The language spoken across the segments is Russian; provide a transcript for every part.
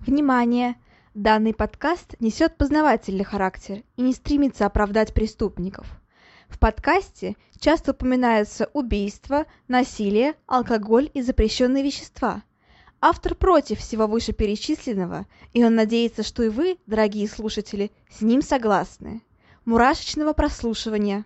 Внимание! Данный подкаст несет познавательный характер и не стремится оправдать преступников. В подкасте часто упоминаются убийства, насилие, алкоголь и запрещенные вещества. Автор против всего вышеперечисленного, и он надеется, что и вы, дорогие слушатели, с ним согласны. Мурашечного прослушивания!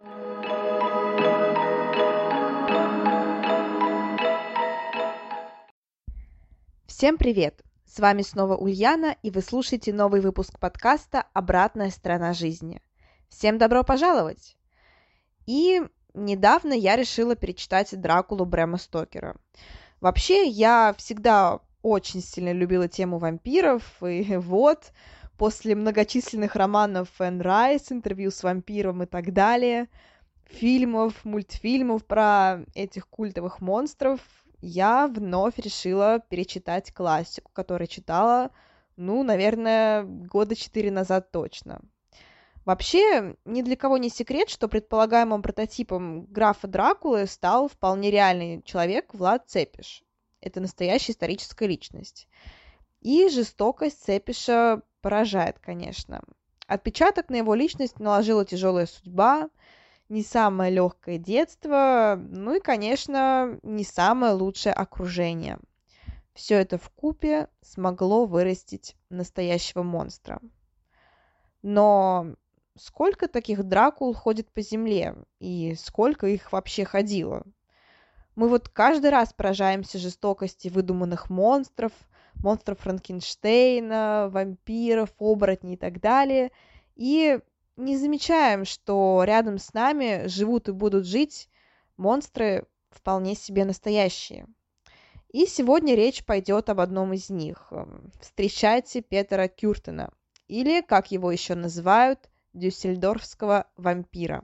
Всем привет! С вами снова Ульяна, и вы слушаете новый выпуск подкаста «Обратная сторона жизни». Всем добро пожаловать! И недавно я решила перечитать «Дракулу» Брэма Стокера. Вообще, я всегда очень сильно любила тему вампиров, и вот, после многочисленных романов Энн Райс, интервью с вампиром и так далее, фильмов, мультфильмов про этих культовых монстров, я вновь решила перечитать классику, которую читала, наверное, 4 года назад точно. Вообще, ни для кого не секрет, что предполагаемым прототипом графа Дракулы стал вполне реальный человек Влад Цепиш. Это настоящая историческая личность. И жестокость Цепиша поражает, конечно. Отпечаток на его личность наложила тяжелая судьба, не самое легкое детство, и, конечно, не самое лучшее окружение. Все это вкупе смогло вырастить настоящего монстра. Но сколько таких Дракул ходит по земле, и сколько их вообще ходило? Мы вот каждый раз поражаемся жестокости выдуманных монстров Франкенштейна, вампиров, оборотней и так далее, и не замечаем, что рядом с нами живут и будут жить монстры вполне себе настоящие. И сегодня речь пойдет об одном из них. Встречайте Петера Кюртена, или, как его еще называют, дюссельдорфского вампира.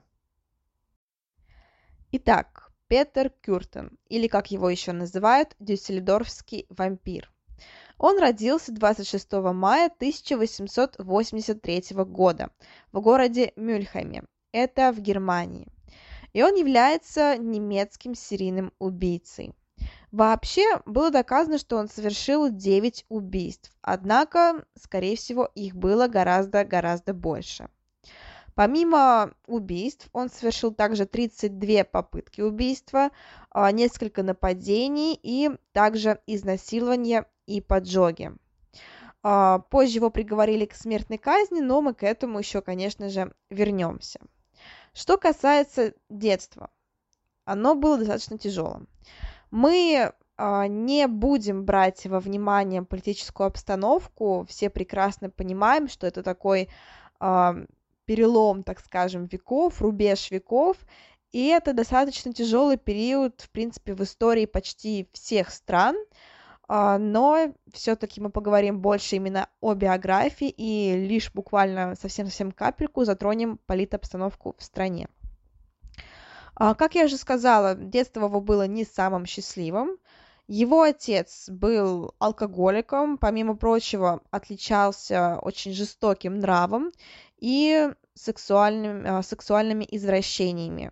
Итак, Петер Кюртен, или, как его еще называют, дюссельдорфский вампир. Он родился 26 мая 1883 года в городе Мюльхеме, это в Германии. И он является немецким серийным убийцей. Вообще, было доказано, что он совершил 9 убийств, однако, скорее всего, их было гораздо больше. Помимо убийств, он совершил также 32 попытки убийства, несколько нападений и также изнасилования и поджоги. Позже его приговорили к смертной казни, но мы к этому еще, конечно же, вернемся. Что касается детства, оно было достаточно тяжелым. Мы не будем брать во внимание политическую обстановку, все прекрасно понимаем, что это такой перелом, так скажем, веков, рубеж веков, и это достаточно тяжелый период, в принципе, в истории почти всех стран, но все-таки мы поговорим больше именно о биографии и лишь буквально совсем капельку затронем политобстановку в стране. Как я уже сказала, детство его было не самым счастливым. Его отец был алкоголиком, помимо прочего, отличался очень жестоким нравом и сексуальными извращениями.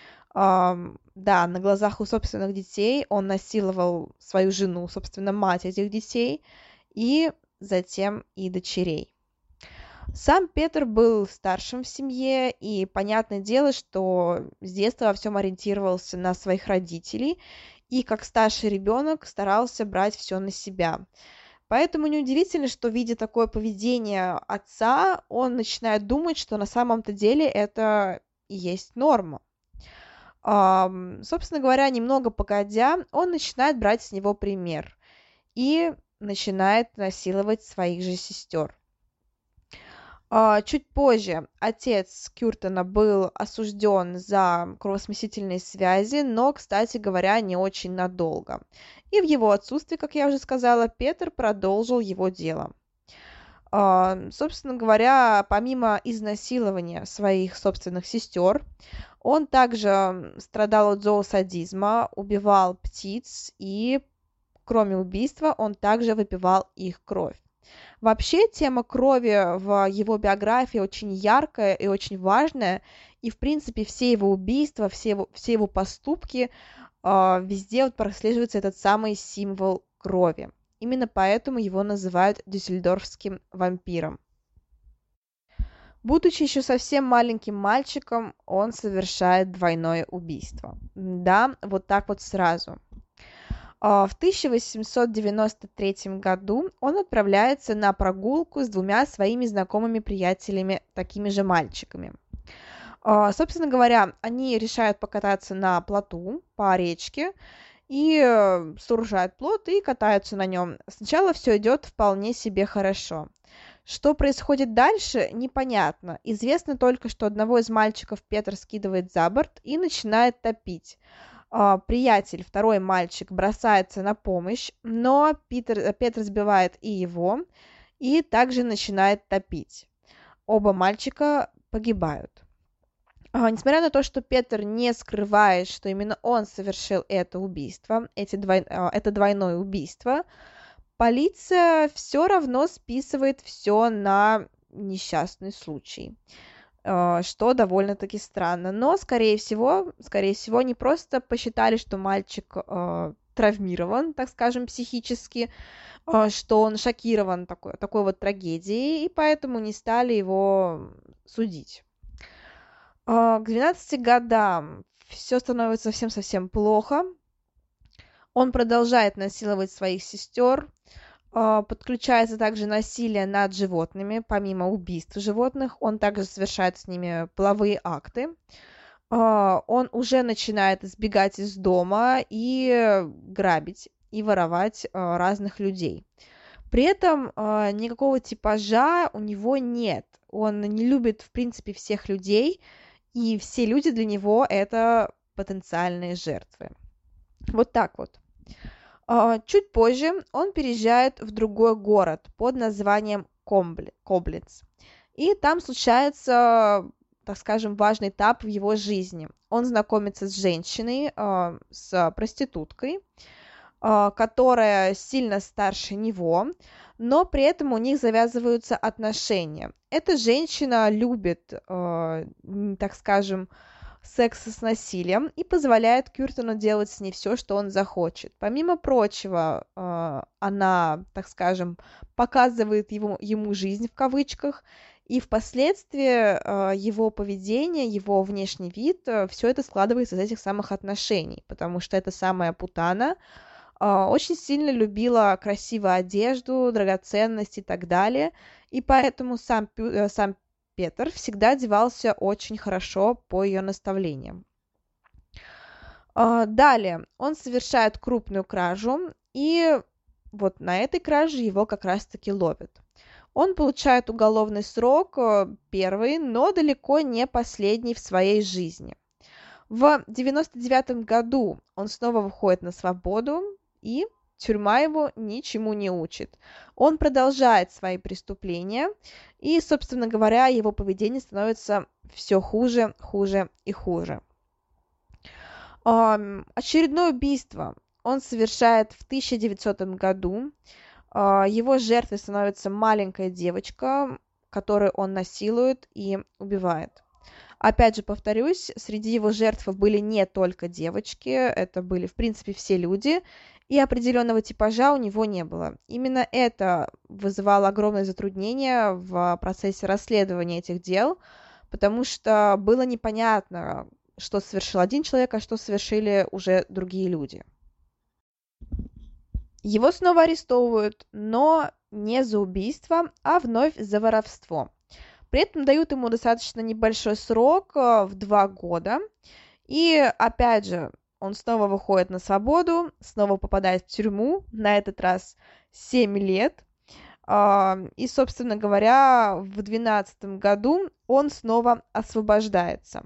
Да, на глазах у собственных детей он насиловал свою жену, собственно, мать этих детей, и затем и дочерей. Сам Петр был старшим в семье, и понятное дело, что с детства во всем ориентировался на своих родителей, и как старший ребенок старался брать все на себя. Поэтому неудивительно, что, видя такое поведение отца, он начинает думать, что на самом-то деле это и есть норма. Собственно говоря, немного погодя, он начинает брать с него пример и начинает насиловать своих же сестер. Чуть позже отец Кюртена был осужден за кровосмесительные связи, но, кстати говоря, не очень надолго. И в его отсутствие, как я уже сказала, Петр продолжил его дело. Собственно говоря, помимо изнасилования своих собственных сестер, он также страдал от зоосадизма, убивал птиц и, кроме убийства, он также выпивал их кровь. Вообще, тема крови в его биографии очень яркая и очень важная, и, в принципе, все его убийства, все его поступки, везде прослеживается этот самый символ крови. Именно поэтому его называют дюссельдорфским вампиром. Будучи еще совсем маленьким мальчиком, он совершает двойное убийство. Да, вот так вот сразу. В 1893 году он отправляется на прогулку с двумя своими знакомыми приятелями, такими же мальчиками. Собственно говоря, они решают покататься на плоту по речке и сооружают плот и катаются на нем. Сначала все идет вполне себе хорошо. Что происходит дальше, непонятно. Известно только, что одного из мальчиков Петр скидывает за борт и начинает топить. Приятель, второй мальчик, бросается на помощь, но Петр сбивает и его, и также начинает топить. Оба мальчика погибают. Несмотря на то, что Петр не скрывает, что именно он совершил это убийство, это двойное убийство, полиция все равно списывает все на несчастный случай, что довольно-таки странно. Но, скорее всего, они просто посчитали, что мальчик травмирован, так скажем, психически, что он шокирован такой вот трагедией, и поэтому не стали его судить. К 12 годам все становится совсем-совсем плохо. Он продолжает насиловать своих сестер, подключается также насилие над животными, помимо убийств животных, он также совершает с ними половые акты. Он уже начинает сбегать из дома и грабить, и воровать разных людей. При этом никакого типажа у него нет. Он не любит, в принципе, всех людей, и все люди для него это потенциальные жертвы. Вот так вот. Чуть позже он переезжает в другой город под названием Кобленц. И там случается, так скажем, важный этап в его жизни. Он знакомится с женщиной, с проституткой, которая сильно старше него, но при этом у них завязываются отношения. Эта женщина любит, так скажем, секс с насилием и позволяет Кюртону делать с ней все, что он захочет. Помимо прочего, она, так скажем, показывает ему жизнь в кавычках, и впоследствии его поведение, его внешний вид, все это складывается из этих самых отношений, потому что эта самая путана очень сильно любила красивую одежду, драгоценности и так далее, и поэтому сам Петр всегда одевался очень хорошо по ее наставлениям. Далее он совершает крупную кражу, и вот на этой краже его как раз-таки ловят. Он получает уголовный срок, первый, но далеко не последний в своей жизни. В 99 году он снова выходит на свободу, и тюрьма его ничему не учит. Он продолжает свои преступления, и, собственно говоря, его поведение становится все хуже, хуже и хуже. Очередное убийство он совершает в 1900 году. Его жертвой становится маленькая девочка, которую он насилует и убивает. Опять же, повторюсь, среди его жертв были не только девочки, это были, в принципе, все люди, и определенного типажа у него не было. Именно это вызывало огромное затруднение в процессе расследования этих дел, потому что было непонятно, что совершил один человек, а что совершили уже другие люди. Его снова арестовывают, но не за убийство, а вновь за воровство. При этом дают ему достаточно небольшой срок, в 2 года. И опять же, он снова выходит на свободу, снова попадает в тюрьму, на этот раз 7 лет. И, собственно говоря, в 2012 году он снова освобождается.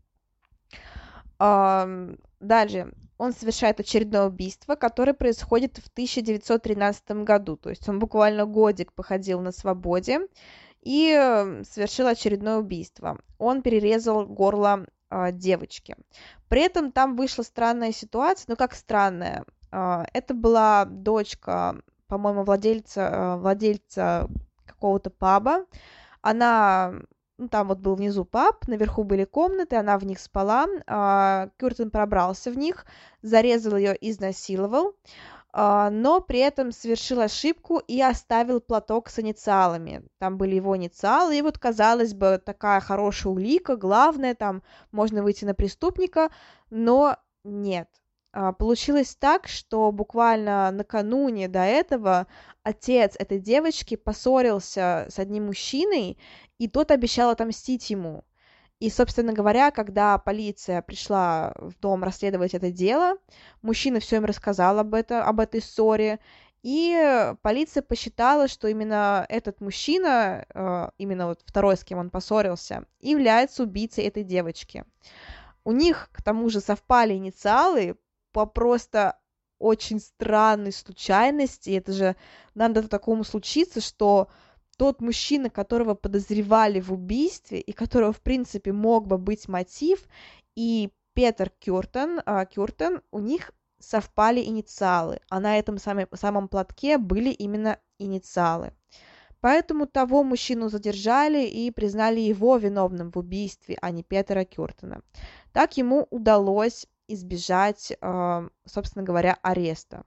Дальше он совершает очередное убийство, которое происходит в 1913 году. То есть он буквально годик походил на свободе и совершил очередное убийство. Он перерезал горло девочки. При этом там вышла странная ситуация, ну как странная. Это была дочка, по-моему, владельца какого-то паба. Она, там вот был внизу паб, наверху были комнаты, она в них спала. Кюртон пробрался в них, зарезал ее, изнасиловал. но при этом совершил ошибку и оставил платок с инициалами. Там были его инициалы, и вот, казалось бы, такая хорошая улика, главное, там можно выйти на преступника, но нет. Получилось так, что буквально накануне до этого отец этой девочки поссорился с одним мужчиной, и тот обещал отомстить ему. И, собственно говоря, когда полиция пришла в дом расследовать это дело, мужчина все им рассказал об этой ссоре, и полиция посчитала, что именно этот мужчина, именно вот второй, с кем он поссорился, является убийцей этой девочки. У них, к тому же, совпали инициалы по просто очень странной случайности. Это же надо такому случиться, что тот мужчина, которого подозревали в убийстве, и которого, в принципе, мог бы быть мотив, и Петер Кюртен, у них совпали инициалы, а на этом самом платке были именно инициалы. Поэтому того мужчину задержали и признали его виновным в убийстве, а не Петера Кюртена. Так ему удалось избежать, собственно говоря, ареста.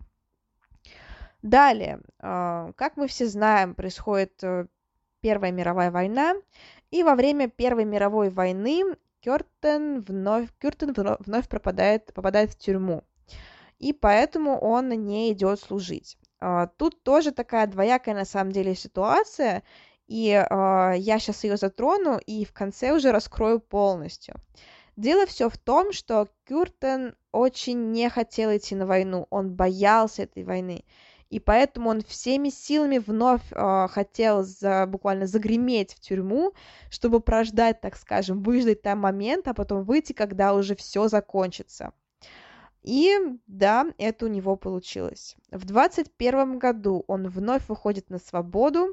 Далее, как мы все знаем, происходит Первая мировая война, и во время Первой мировой войны Кюртен вновь попадает в тюрьму, и поэтому он не идет служить. Тут тоже такая двоякая на самом деле ситуация, и я сейчас ее затрону и в конце уже раскрою полностью. Дело все в том, что Кюртен очень не хотел идти на войну, он боялся этой войны, и поэтому он всеми силами вновь хотел буквально загреметь в тюрьму, чтобы прождать, так скажем, выждать там момент, а потом выйти, когда уже все закончится. И да, это у него получилось. В 21 году он вновь выходит на свободу,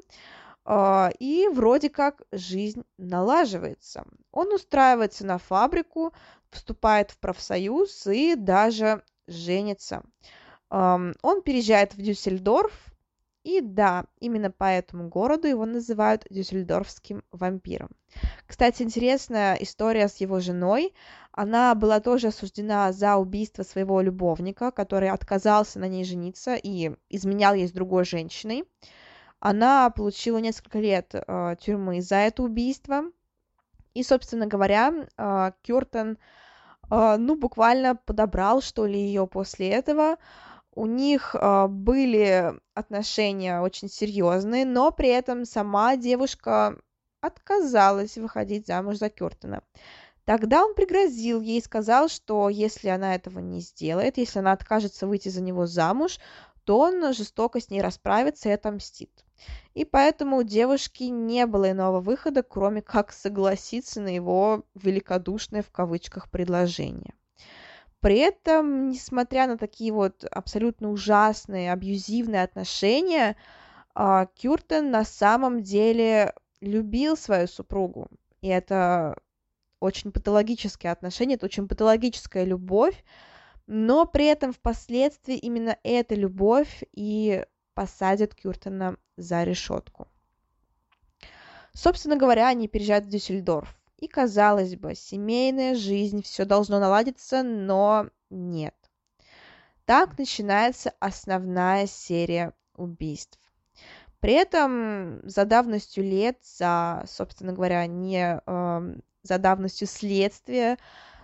и вроде как жизнь налаживается. Он устраивается на фабрику, вступает в профсоюз и даже женится. Он переезжает в Дюссельдорф, и да, именно по этому городу его называют дюссельдорфским вампиром. Кстати, интересная история с его женой. Она была тоже осуждена за убийство своего любовника, который отказался на ней жениться и изменял ей с другой женщиной. Она получила несколько лет тюрьмы за это убийство. И, собственно говоря, Кюртен, буквально подобрал, что ли, ее после этого. У них были отношения очень серьезные, но при этом сама девушка отказалась выходить замуж за Кюртена. Тогда он пригрозил ей, сказал, что если она этого не сделает, если она откажется выйти за него замуж, то он жестоко с ней расправится и отомстит. И поэтому у девушки не было иного выхода, кроме как согласиться на его великодушное в кавычках предложение. При этом, несмотря на такие вот абсолютно ужасные, абьюзивные отношения, Кюртен на самом деле любил свою супругу. И это очень патологические отношения, это очень патологическая любовь, но при этом впоследствии именно эта любовь и посадит Кюртена за решетку. Собственно говоря, они переезжают в Дюссельдорф. И, казалось бы, семейная жизнь, все должно наладиться, но нет. Так начинается основная серия убийств. При этом за давностью лет, собственно говоря, не за давностью следствия,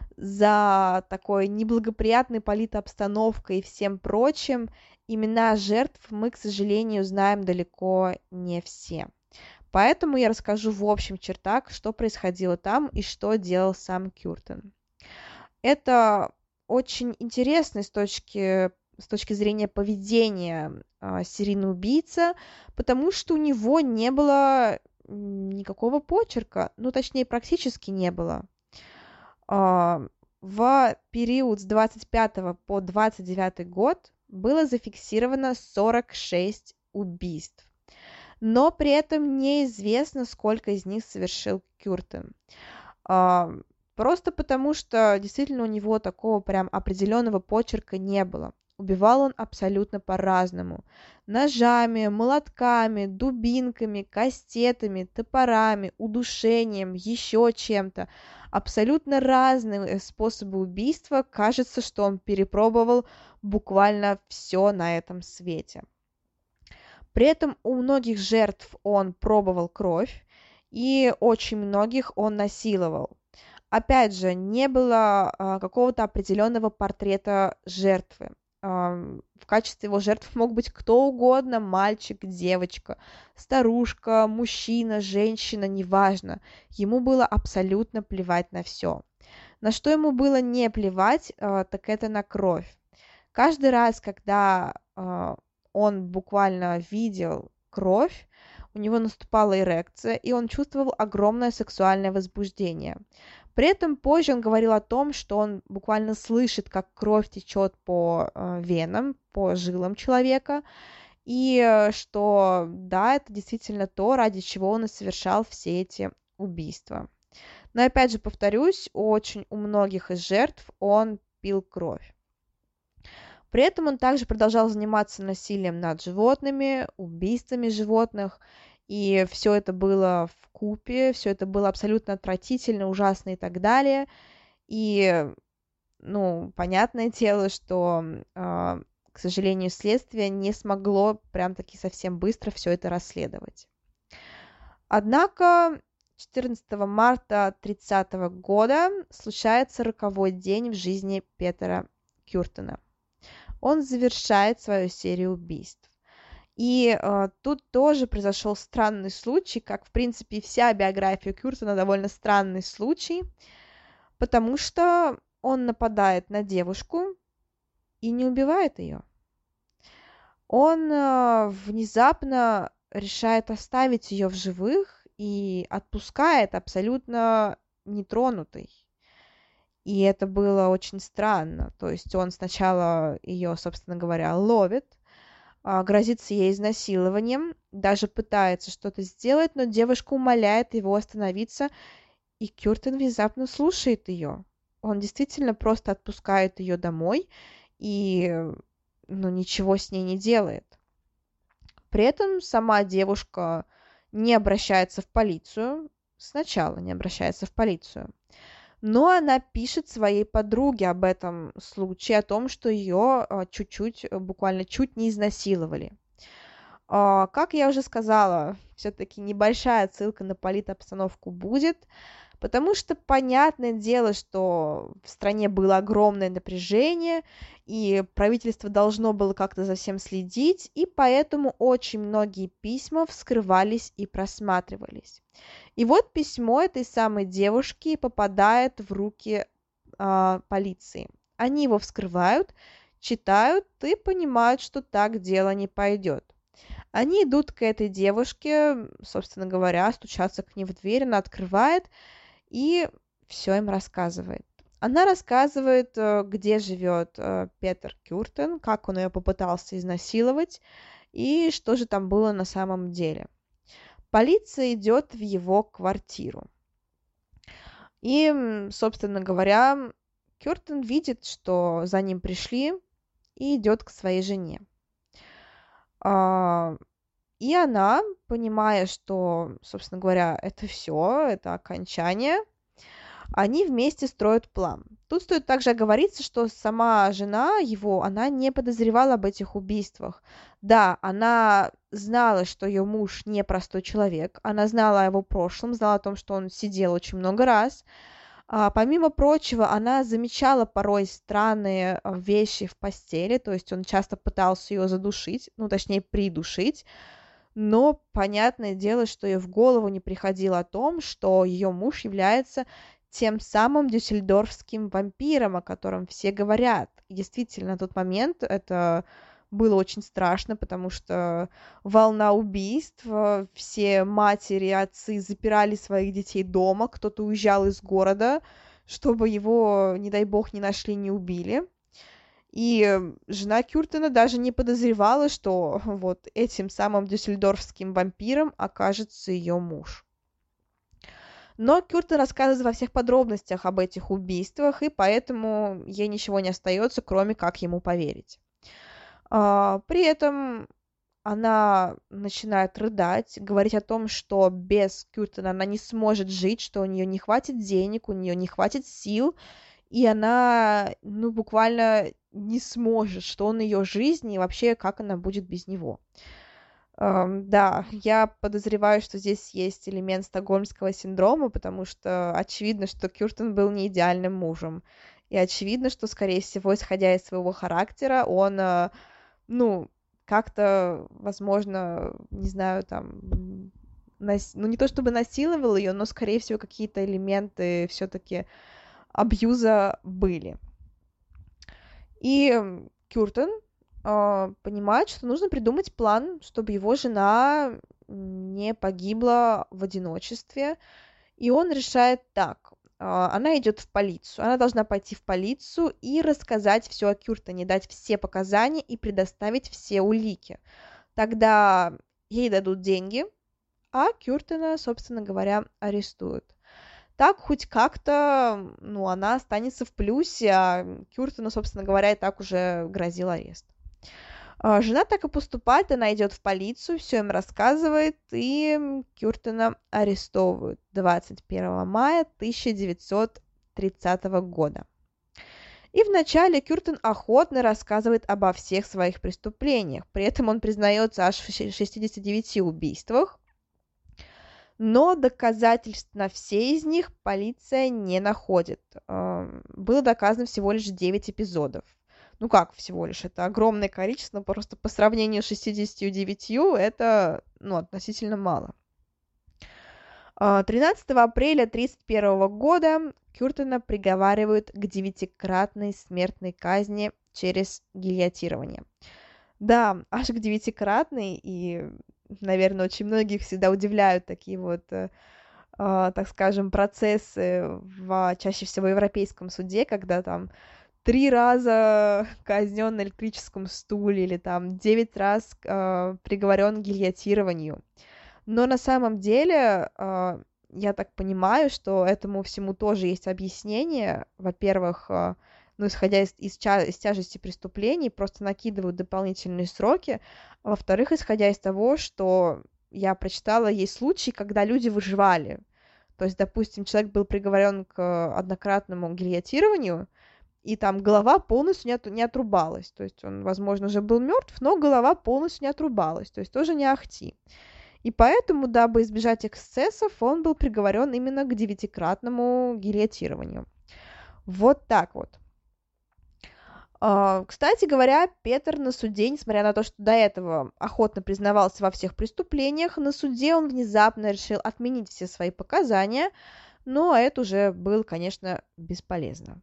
за такой неблагоприятной политобстановкой и всем прочим, имена жертв мы, к сожалению, знаем далеко не все. Поэтому я расскажу в общих чертах, что происходило там и что делал сам Кюртен. Это очень интересно с точки зрения поведения серийного убийцы, потому что у него не было никакого почерка, точнее, практически не было. В период с 25 по 29 год было зафиксировано 46 убийств, но при этом неизвестно, сколько из них совершил Кюртен. Просто потому, что действительно у него такого прям определенного почерка не было. Убивал он абсолютно по-разному. Ножами, молотками, дубинками, кастетами, топорами, удушением, еще чем-то. Абсолютно разные способы убийства. Кажется, что он перепробовал буквально все на этом свете. При этом у многих жертв он пробовал кровь, и очень многих он насиловал. Опять же, не было какого-то определенного портрета жертвы. В качестве его жертв мог быть кто угодно, мальчик, девочка, старушка, мужчина, женщина, неважно. Ему было абсолютно плевать на все. На что ему было не плевать, так это на кровь. Каждый раз, когда он буквально видел кровь, у него наступала эрекция, и он чувствовал огромное сексуальное возбуждение. При этом позже он говорил о том, что он буквально слышит, как кровь течет по венам, по жилам человека, и что, да, это действительно то, ради чего он и совершал все эти убийства. Но опять же повторюсь, очень у многих из жертв он пил кровь. При этом он также продолжал заниматься насилием над животными, убийствами животных, и все это было вкупе, все это было абсолютно отвратительно, ужасно и так далее. И, понятное дело, что, к сожалению, следствие не смогло прям-таки совсем быстро все это расследовать. Однако 14 марта 30 года случается роковой день в жизни Петера Кюртена. Он завершает свою серию убийств. И тут тоже произошел странный случай, как, в принципе, вся биография Кюртена довольно странный случай, потому что он нападает на девушку и не убивает ее. Он внезапно решает оставить ее в живых и отпускает абсолютно нетронутой. И это было очень странно. То есть он сначала ее, собственно говоря, ловит, грозится ей изнасилованием, даже пытается что-то сделать, но девушка умоляет его остановиться, и Кюртен внезапно слушает ее. Он действительно просто отпускает ее домой и, ничего с ней не делает. При этом сама девушка не обращается в полицию, сначала не обращается в полицию. Но она пишет своей подруге об этом случае, о том, что ее буквально чуть не изнасиловали. Как я уже сказала, все-таки небольшая отсылка на политобстановку будет, потому что понятное дело, что в стране было огромное напряжение, и правительство должно было как-то за всем следить, и поэтому очень многие письма вскрывались и просматривались. И вот письмо этой самой девушки попадает в руки полиции. Они его вскрывают, читают и понимают, что так дело не пойдет. Они идут к этой девушке, собственно говоря, стучатся к ней в дверь, она открывает и все им рассказывает. Она рассказывает, где живет Петер Кюртен, как он ее попытался изнасиловать и что же там было на самом деле. Полиция идет в его квартиру. И, собственно говоря, Кюртен видит, что за ним пришли, и идет к своей жене. И она, понимая, что, собственно говоря, это все, это окончание, они вместе строят план. Тут стоит также оговориться, что сама жена его, она не подозревала об этих убийствах. Да, она знала, что ее муж непростой человек, она знала о его прошлом, знала о том, что он сидел очень много раз. Помимо прочего, она замечала порой странные вещи в постели, то есть он часто пытался ее задушить, точнее придушить, но понятное дело, что ей в голову не приходило о том, что ее муж является тем самым дюссельдорфским вампиром, о котором все говорят. И действительно, на тот момент это было очень страшно, потому что волна убийств, все матери и отцы запирали своих детей дома, кто-то уезжал из города, чтобы его, не дай бог, не нашли, не убили. И жена Кюртена даже не подозревала, что вот этим самым дюссельдорфским вампиром окажется ее муж. Но Кюртен рассказывает во всех подробностях об этих убийствах, и поэтому ей ничего не остается, кроме как ему поверить. При этом она начинает рыдать, говорить о том, что без Кюртена она не сможет жить, что у нее не хватит денег, у нее не хватит сил, и она, ну, буквально не сможет, что он ее жизнь, и вообще, как она будет без него. Да, я подозреваю, что здесь есть элемент стокгольмского синдрома, потому что очевидно, что Кюртен был не идеальным мужем. И очевидно, что, скорее всего, исходя из своего характера, он, ну, как-то, возможно, не знаю, там, ну, не то чтобы насиловал ее, но, скорее всего, какие-то элементы все-таки абьюза были. И Кюртен понимает, что нужно придумать план, чтобы его жена не погибла в одиночестве. И он решает так. Она идет в полицию. Она должна пойти в полицию и рассказать все о Кюртене, дать все показания и предоставить все улики. Тогда ей дадут деньги, а Кюртена, собственно говоря, арестуют. Так хоть как-то, ну, она останется в плюсе, а Кюртену, собственно говоря, и так уже грозил арест. Жена так и поступает, она идет в полицию, все им рассказывает, и Кюртена арестовывают 21 мая 1930 года. И вначале Кюртен охотно рассказывает обо всех своих преступлениях, при этом он признается аж в 69 убийствах, но доказательств на все из них полиция не находит. Было доказано всего лишь 9 эпизодов. Ну как всего лишь, это огромное количество, просто по сравнению с 69 это, ну, относительно мало. 13 апреля 1931 года Кюртена приговаривают к 9-кратной смертной казни через гильотирование. Да, аж к 9-кратной, и, наверное, очень многих всегда удивляют такие вот, так скажем, процессы чаще всего в Европейском суде, когда там 3 раза казнен на электрическом стуле или там 9 раз приговорен к гильотированию. Но на самом деле, я так понимаю, что этому всему тоже есть объяснение. Во-первых, ну, исходя из тяжести преступлений, просто накидывают дополнительные сроки. Во-вторых, исходя из того, что я прочитала, есть случаи, когда люди выживали. То есть, допустим, человек был приговорен к однократному гильотированию, и там голова полностью не отрубалась. То есть он, возможно, уже был мертв, но голова полностью не отрубалась. То есть тоже не ахти. И поэтому, дабы избежать эксцессов, он был приговорен именно к 9-кратному гильотированию. Вот так вот. Кстати говоря, Петер на суде, несмотря на то, что до этого охотно признавался во всех преступлениях, на суде он внезапно решил отменить все свои показания, но это уже было, конечно, бесполезно.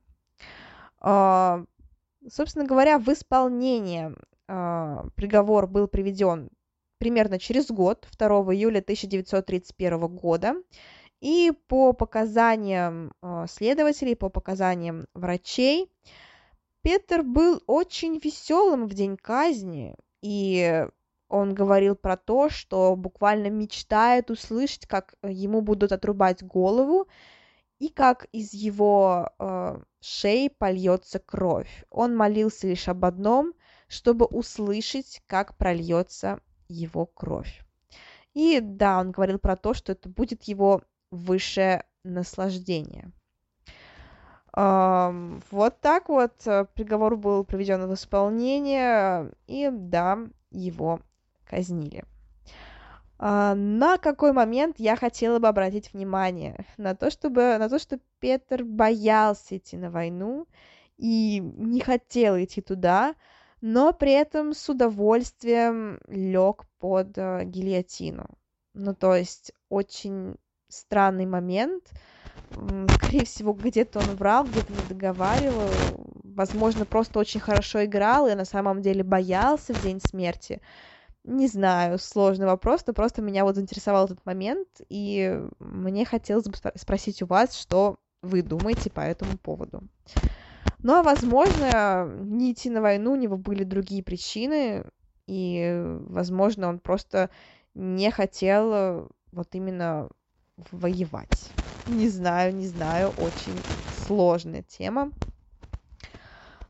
Собственно говоря, в исполнение приговор был приведен примерно через год, 2 июля 1931 года, и по показаниям следователей, по показаниям врачей, Петер был очень веселым в день казни, и он говорил про то, что буквально мечтает услышать, как ему будут отрубать голову, и как из его шеи польется кровь. Он молился лишь об одном, чтобы услышать, как прольется его кровь. И да, он говорил про то, что это будет его высшее наслаждение. Вот так вот приговор был приведен в исполнение, и да, его казнили. На какой момент я хотела бы обратить внимание на то, что Петер боялся идти на войну и не хотел идти туда, но при этом с удовольствием лег под гильотину. Ну, то есть очень странный момент. Скорее всего, где-то он врал, где-то не договаривал, возможно, просто очень хорошо играл и на самом деле боялся в день смерти. Не знаю, сложный вопрос, но просто меня вот заинтересовал этот момент, и мне хотелось бы спросить у вас, что вы думаете по этому поводу. Ну, а возможно, не идти на войну у него были другие причины, и, возможно, он просто не хотел вот именно воевать. Не знаю, очень сложная тема.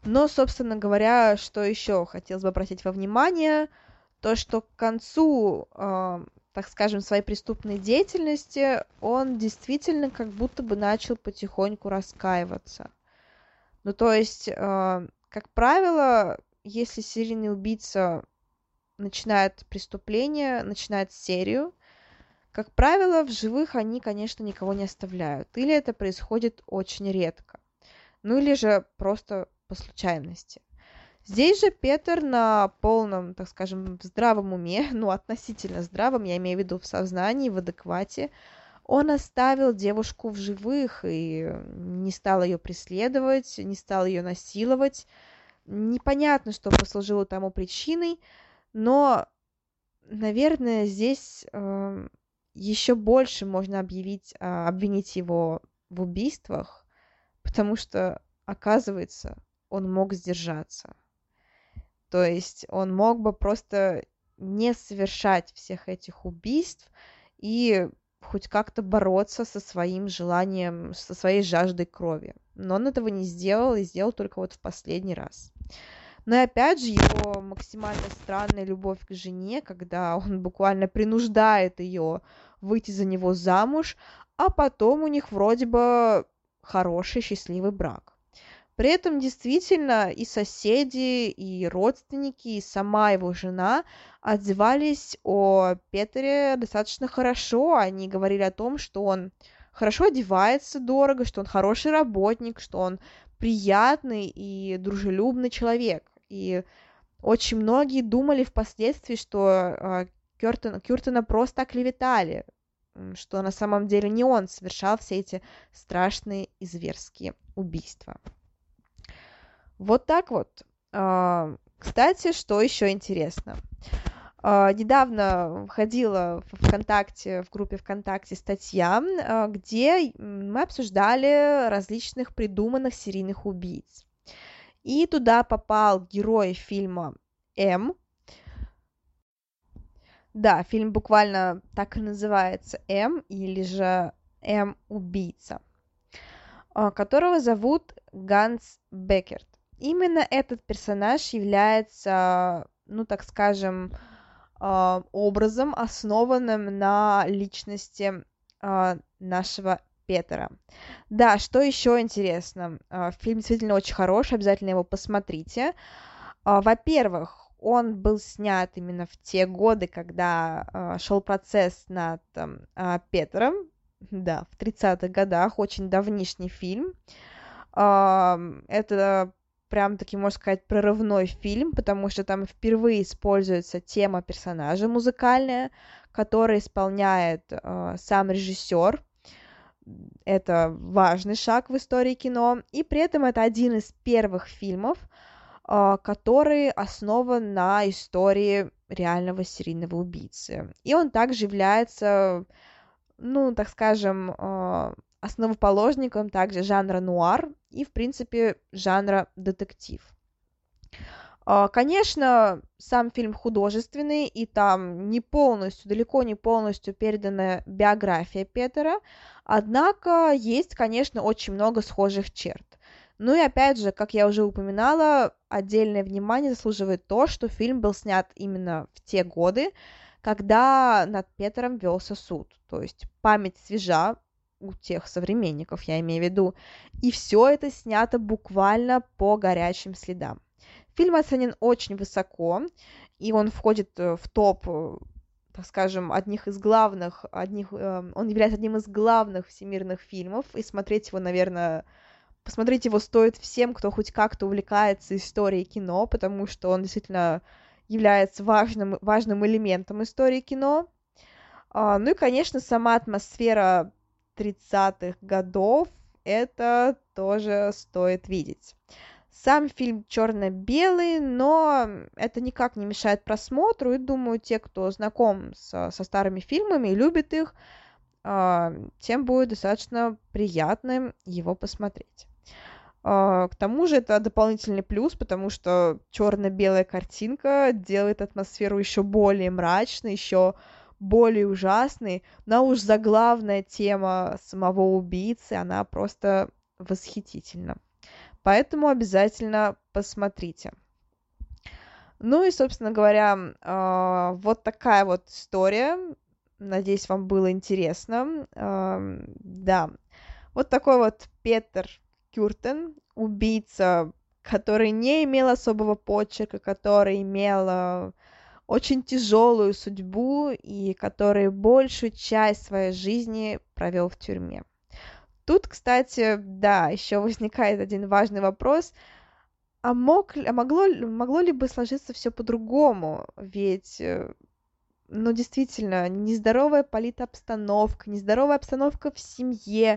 Но, собственно говоря, что еще хотелось бы обратить во внимание, то, что к концу, так скажем, своей преступной деятельности он действительно как будто бы начал потихоньку раскаиваться. Ну, то есть, как правило, если серийный убийца начинает преступление, начинает серию, как правило, в живых они, конечно, никого не оставляют. Или это происходит очень редко. Ну, или же просто по случайности. Здесь же Петр на полном, так скажем, здравом уме, ну, относительно здравом, я имею в виду в сознании, в адеквате, он оставил девушку в живых и не стал ее преследовать, не стал ее насиловать. Непонятно, что послужило тому причиной, но, наверное, здесь еще больше можно обвинить его в убийствах, потому что, оказывается, он мог сдержаться. То есть он мог бы просто не совершать всех этих убийств и хоть как-то бороться со своим желанием, со своей жаждой крови. Но он этого не сделал и сделал только вот в последний раз. Но и опять же, его максимально странная любовь к жене, когда он буквально принуждает ее выйти за него замуж, а потом у них вроде бы хороший, счастливый брак. При этом действительно и соседи, и родственники, и сама его жена отзывались о Петре достаточно хорошо. Они говорили о том, что он хорошо одевается дорого, что он хороший работник, что он приятный и дружелюбный человек. И очень многие думали впоследствии, что Кюртена просто оклеветали, что на самом деле не он совершал все эти страшные и зверские убийства. Вот так вот. Кстати, что еще интересно? Недавно входила в группе ВКонтакте статья, где мы обсуждали различных придуманных серийных убийц. И туда попал герой фильма «М». Да, фильм буквально так и называется «М», или же «М-убийца», которого зовут Ганс Беккерт. Именно этот персонаж является, ну, так скажем, образом, основанным на личности нашего Петера. Да, что еще интересно? Фильм действительно очень хороший, обязательно его посмотрите. Во-первых, он был снят именно в те годы, когда шел процесс над Петером. Да, в 30-х годах, очень давнишний фильм. Это прям таки, можно сказать, прорывной фильм, потому что там впервые используется тема персонажа музыкальная, которую исполняет сам режиссер. Это важный шаг в истории кино. И при этом это один из первых фильмов, который основан на истории реального серийного убийцы. И он также является, ну, так скажем, основоположником также жанра нуар и, в принципе, жанра детектив. Конечно, сам фильм художественный, и там далеко не полностью передана биография Петера, однако есть, конечно, очень много схожих черт. Ну и опять же, как я уже упоминала, отдельное внимание заслуживает то, что фильм был снят именно в те годы, когда над Петером велся суд. То есть память свежа у тех современников, я имею в виду, и все это снято буквально по горячим следам. Фильм оценен очень высоко, и он входит в топ, так скажем, он является одним из главных всемирных фильмов, и посмотреть его стоит всем, кто хоть как-то увлекается историей кино, потому что он действительно является важным элементом истории кино. Ну и, конечно, сама атмосфера 30-х годов, это тоже стоит видеть. Сам фильм черно-белый, но это никак не мешает просмотру, и думаю, те, кто знаком со старыми фильмами и любит их, тем будет достаточно приятно его посмотреть. К тому же это дополнительный плюс, потому что черно-белая картинка делает атмосферу еще более мрачной, еще более ужасной. Но уж заглавная тема самого убийцы, она просто восхитительна. Поэтому обязательно посмотрите. Ну и, собственно говоря, вот такая вот история. Надеюсь, вам было интересно. Да, вот такой вот Петер Кюртен, убийца, который не имел особого почерка, который имел очень тяжелую судьбу и который большую часть своей жизни провел в тюрьме. Тут, кстати, да, еще возникает один важный вопрос. Могло ли бы сложиться все по-другому? Ведь, ну, действительно, нездоровая политобстановка, нездоровая обстановка в семье,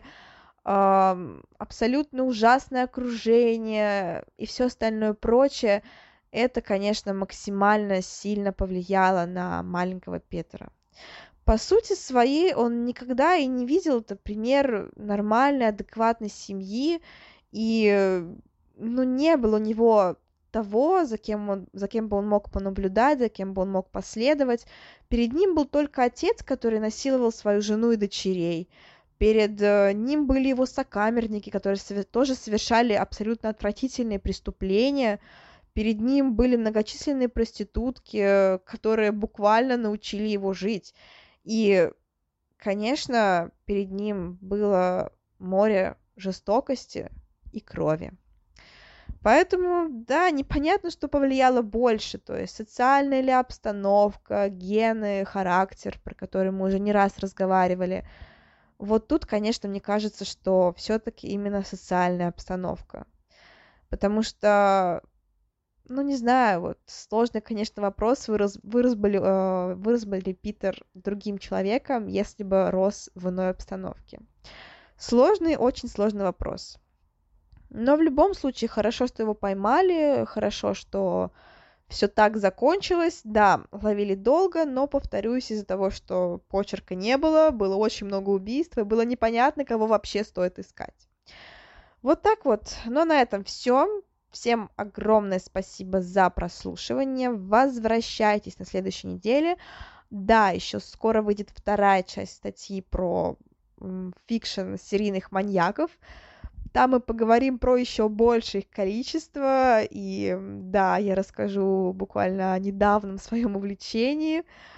абсолютно ужасное окружение и все остальное прочее, это, конечно, максимально сильно повлияло на маленького Петра. По сути своей он никогда и не видел это пример нормальной, адекватной семьи, и, ну, не было у него того, за кем бы он мог понаблюдать, за кем бы он мог последовать. Перед ним был только отец, который насиловал свою жену и дочерей. Перед ним были его сокамерники, которые тоже совершали абсолютно отвратительные преступления. Перед ним были многочисленные проститутки, которые буквально научили его жить. И, конечно, перед ним было море жестокости и крови. Поэтому, да, непонятно, что повлияло больше, то есть социальная ли обстановка, гены, характер, про который мы уже не раз разговаривали. Вот тут, конечно, мне кажется, что все-таки именно социальная обстановка. Потому что, ну, не знаю, вот сложный, конечно, вопрос, вырос бы ли Питер другим человеком, если бы рос в иной обстановке. Сложный, очень сложный вопрос. Но в любом случае хорошо, что его поймали, хорошо, что все так закончилось. Да, ловили долго, но, повторюсь, из-за того, что почерка не было, было очень много убийств, и было непонятно, кого вообще стоит искать. Вот так вот. Но на этом все. Всем огромное спасибо за прослушивание. Возвращайтесь на следующей неделе. Да, еще скоро выйдет вторая часть статьи про фикшн серийных маньяков. Там мы поговорим про еще большее их количество, и да, я расскажу буквально о недавнем своем увлечении,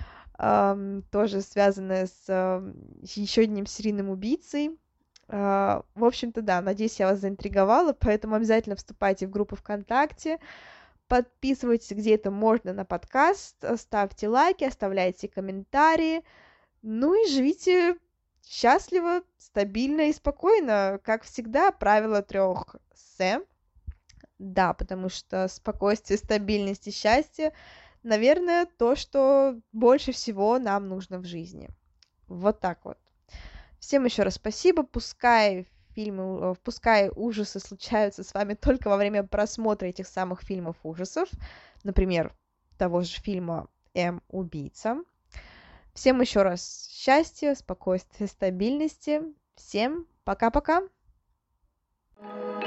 тоже связанное с еще одним серийным убийцей. В общем-то, да, надеюсь, я вас заинтриговала, поэтому обязательно вступайте в группу ВКонтакте, подписывайтесь, где это можно, на подкаст, ставьте лайки, оставляйте комментарии, ну и живите счастливо, стабильно и спокойно. Как всегда, правило 3 С. Да, потому что спокойствие, стабильность и счастье, наверное, то, что больше всего нам нужно в жизни. Вот так вот. Всем еще раз спасибо. Пускай ужасы случаются с вами только во время просмотра этих самых фильмов ужасов. Например, того же фильма «М. Убийца». Всем еще раз счастья, спокойствия, стабильности. Всем пока-пока.